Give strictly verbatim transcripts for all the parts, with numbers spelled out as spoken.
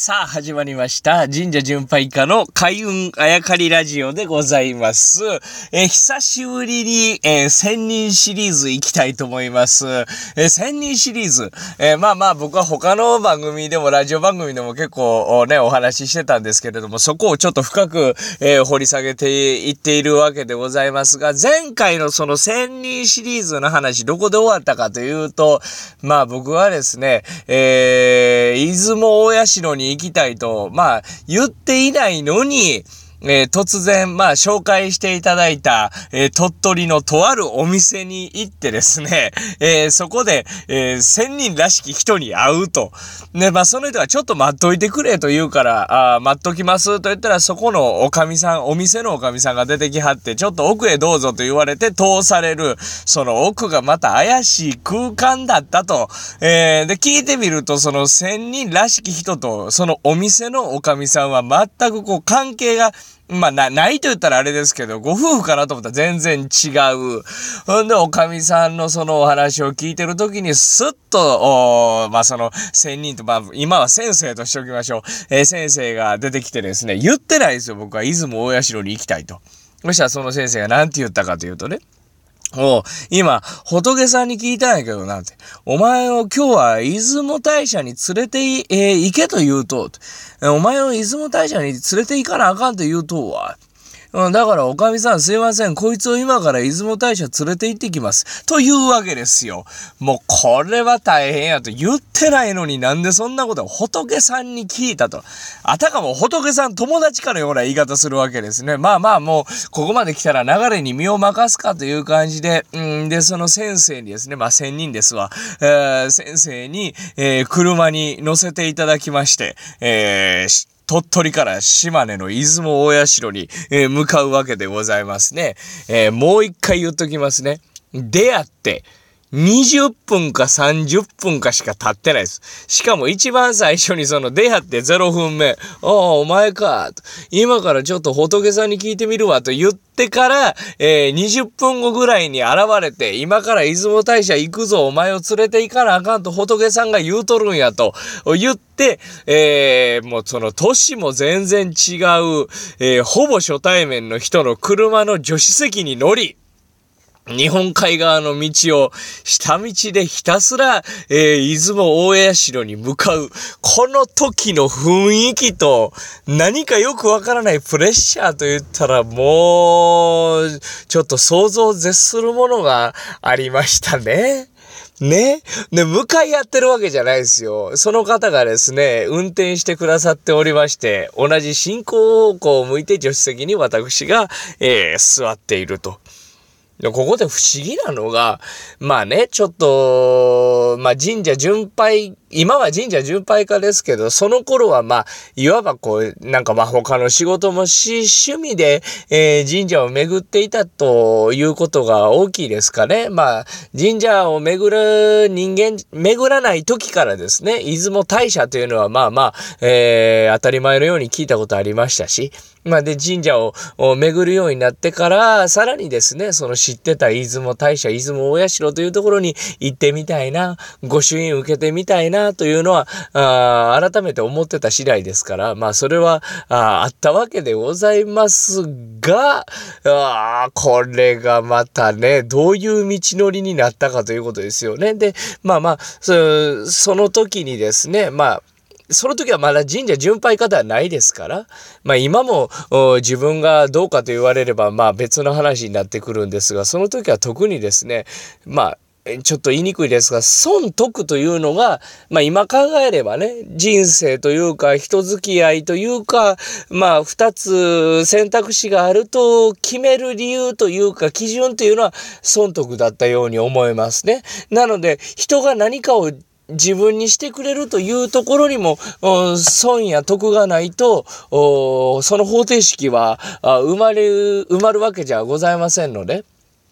さあ始まりました神社巡拝家の開運あやかりラジオでございます。えー、久しぶりに、えー、千人シリーズ行きたいと思います。えー、千人シリーズ、えー、まあまあ僕は他の番組でもラジオ番組でも結構ねお話ししてたんですけれども、そこをちょっと深く、えー、掘り下げていっているわけでございますが、前回のその千人シリーズの話どこで終わったかというと、まあ僕はですね、えー、出雲大社に行きたいと、まあ、言っていないのに、えー、突然、まあ、紹介していただいた、えー、鳥取のとあるお店に行ってですね、えー、そこで、えー、仙人らしき人に会うと。ね、まあ、その人がちょっと待っといてくれと言うから、あ待っときますと言ったら、そこのおかみさん、お店のおかみさんが出てきはって、ちょっと奥へどうぞと言われて通される、その奥がまた怪しい空間だったと。えー、で、聞いてみると、その仙人らしき人と、そのお店のおかみさんは全くこう関係が、まあ、な、ないと言ったらあれですけど、ご夫婦かなと思ったら全然違う。ほんで、おかみさんのそのお話を聞いてるときに、スッと、まあ、その、仙人と、まあ、今は先生としておきましょう。えー、先生が出てきてですね、言ってないですよ、僕は。出雲大社に行きたいと。そしたらその先生が何て言ったかというとね、おう、今、仏さんに聞いたんやけどなって。お前を今日は出雲大社に連れてい、えー、行けと言うと、お前を出雲大社に連れて行かなあかんと言うとは。うん、だから、おかみさんすいません。こいつを今から出雲大社連れて行ってきます。というわけですよ。もう、これは大変やと言ってないのになんでそんなことを仏さんに聞いたと。あたかも仏さん友達かのような言い方するわけですね。まあまあ、もう、ここまで来たら流れに身を任すかという感じで、うんで、その先生にですね、まあ仙人ですわ。えー、先生に、えー、車に乗せていただきまして、えー、鳥取から島根の出雲大社に、えー、向かうわけでございますね。えー、もう一回言っときますね。出会って、にじゅっぷんかさんじゅっぷんかしか経ってないです。しかも一番最初にその出会ってぜろふんめ、ああ、お前か、今からちょっと仏さんに聞いてみるわと言ってから、えー、にじゅっぷんごぐらいに現れて、今から出雲大社行くぞ、お前を連れて行かなあかんと仏さんが言うとるんやと言って、えー、もうその年も全然違う、えー、ほぼ初対面の人の車の助手席に乗り、日本海側の道を下道でひたすら、えー、出雲大社に向かう。この時の雰囲気と何かよくわからないプレッシャーと言ったらもうちょっと想像を絶するものがありましたね。ね。で、向かい合ってるわけじゃないですよ。その方がですね、運転してくださっておりまして、同じ進行方向を向いて助手席に私が、えー、座っていると。ここで不思議なのが、まあね、ちょっと、まあ神社巡拝、今は神社巡拝家ですけど、その頃はまあ、いわばこう、なんかまあ他の仕事もし、趣味で、えー、神社を巡っていたということが大きいですかね。まあ、神社を巡る人間、巡らない時からですね、出雲大社というのはまあまあ、えー、当たり前のように聞いたことありましたし、まあで、神社を巡るようになってから、さらにですね、その知ってた出雲大社、出雲大社というところに行ってみたいな、御朱印受けてみたいな、というのは、あ改めて思ってた次第ですから、まあそれは あ, あったわけでございますが、あこれがまたね、どういう道のりになったかということですよね。で、まあまあ、そ, その時にですね、まあ、その時はまだ神社巡拝家ではないですから、まあ今も自分がどうかと言われればまあ別の話になってくるんですが、その時は特にですね、まあちょっと言いにくいですが、損得というのが、まあ今考えればね、人生というか人付き合いというか、まあ二つ選択肢があると決める理由というか基準というのは損得だったように思いますね。なので人が何かを自分にしてくれるというところにも損や得がないとその方程式は生まれる埋まるわけじゃございませんので、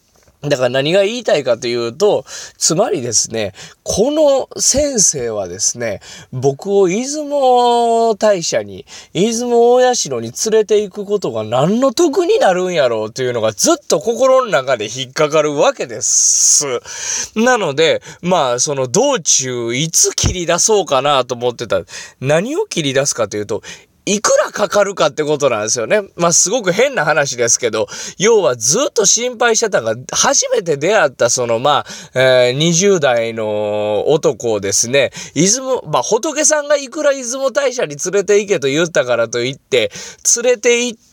だから何が言いたいかというと、つまりですね、この先生はですね、僕を出雲大社に、出雲大社に連れて行くことが何の得になるんやろうというのがずっと心の中で引っかかるわけです。なので、まあ、その道中いつ切り出そうかなと思ってた。何を切り出すかというと、いくらかかるかってことなんですよね。まあ、すごく変な話ですけど、要はずっと心配してたのが、初めて出会ったその、まあ、えー、にじゅう代の男をですね、出雲、まあ、仏さんがいくら出雲大社に連れて行けと言ったからといって、連れて行って、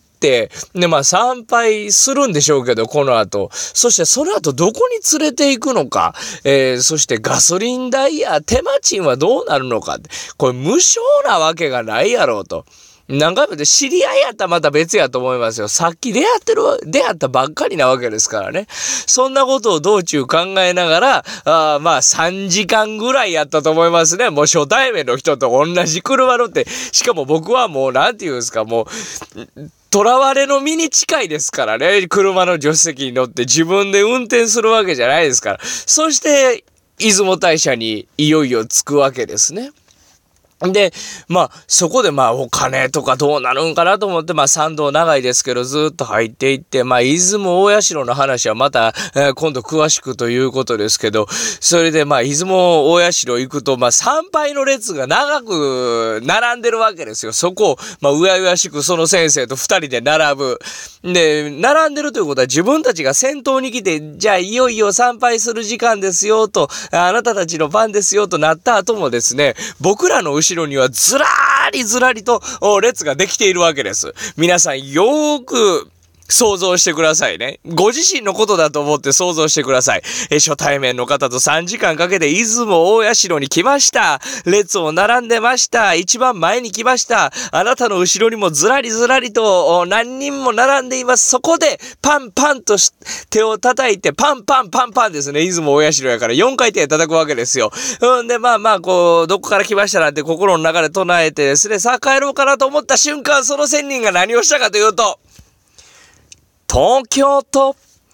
で、まあ、参拝するんでしょうけど、この後。そしてその後どこに連れて行くのか。えー、そしてガソリン代や手間賃はどうなるのか。これ無償なわけがないやろうと。何回もで知り合いやったらまた別やと思いますよ。さっき出会ってる、出会ったばっかりなわけですからね。そんなことを道中考えながら、あまあさんじかんぐらいやったと思いますね。もう初対面の人と同じ車乗って、しかも僕はもうなんて言うんですか、もう、囚われの身に近いですからね。車の助手席に乗って自分で運転するわけじゃないですから。そして、出雲大社にいよいよ着くわけですね。で、まあ、そこでまあ、お金とかどうなるんかなと思って、まあ、参道長いですけど、ずっと入っていって、まあ、出雲大社の話はまた、えー、今度詳しくということですけど、それでまあ、出雲大社行くと、まあ、参拝の列が長く並んでるわけですよ。そこを、まあ、うやうやしくその先生と二人で並ぶ。で、並んでるということは自分たちが先頭に来て、じゃあ、いよいよ参拝する時間ですよと、あなたたちの番ですよとなった後もですね、僕らの後ろ後ろにはずらーりずらりと列ができているわけです。皆さんよーく想像してくださいね。ご自身のことだと思って想像してください。え初対面の方とさんじかんかけて出雲大社に来ました。列を並んでました。一番前に来ました。あなたの後ろにもずらりずらりと何人も並んでいます。そこでパンパンと手を叩いてパンパンパンパンですね。出雲大社やからよんかい転叩くわけですよ。うんでまあまあこうどこから来ましたなんて心の中で唱えてですね、さあ帰ろうかなと思った瞬間、その仙人が何をしたかというと、東京都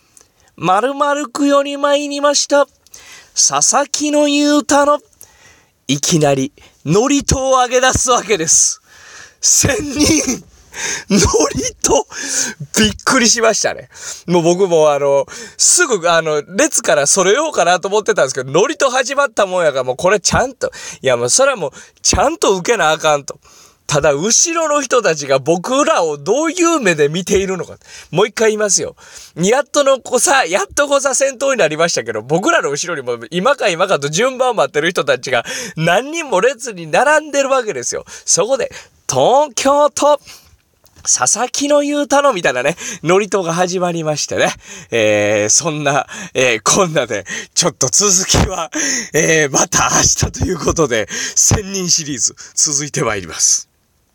〇〇区より参りました佐々木の雄太のいきなり祝詞を上げ出すわけです。千人祝詞とびっくりしましたね。もう僕もあのすぐあの列からそれようかなと思ってたんですけど、祝詞と始まったもんやからもうこれちゃんと、いやもうそれはもうちゃんと受けなあかんと。ただ、後ろの人たちが僕らをどういう目で見ているのか。もう一回言いますよ。やっとのこさ、やっとこさ先頭になりましたけど、僕らの後ろにも今か今かと順番を待ってる人たちが何人も列に並んでるわけですよ。そこで、東京都、佐々木の雄太のみたいなね、祝詞が始まりましてね。えー、そんな、えー、こんなで、ちょっと続きは、えー、また明日ということで、千人シリーズ続いてまいります。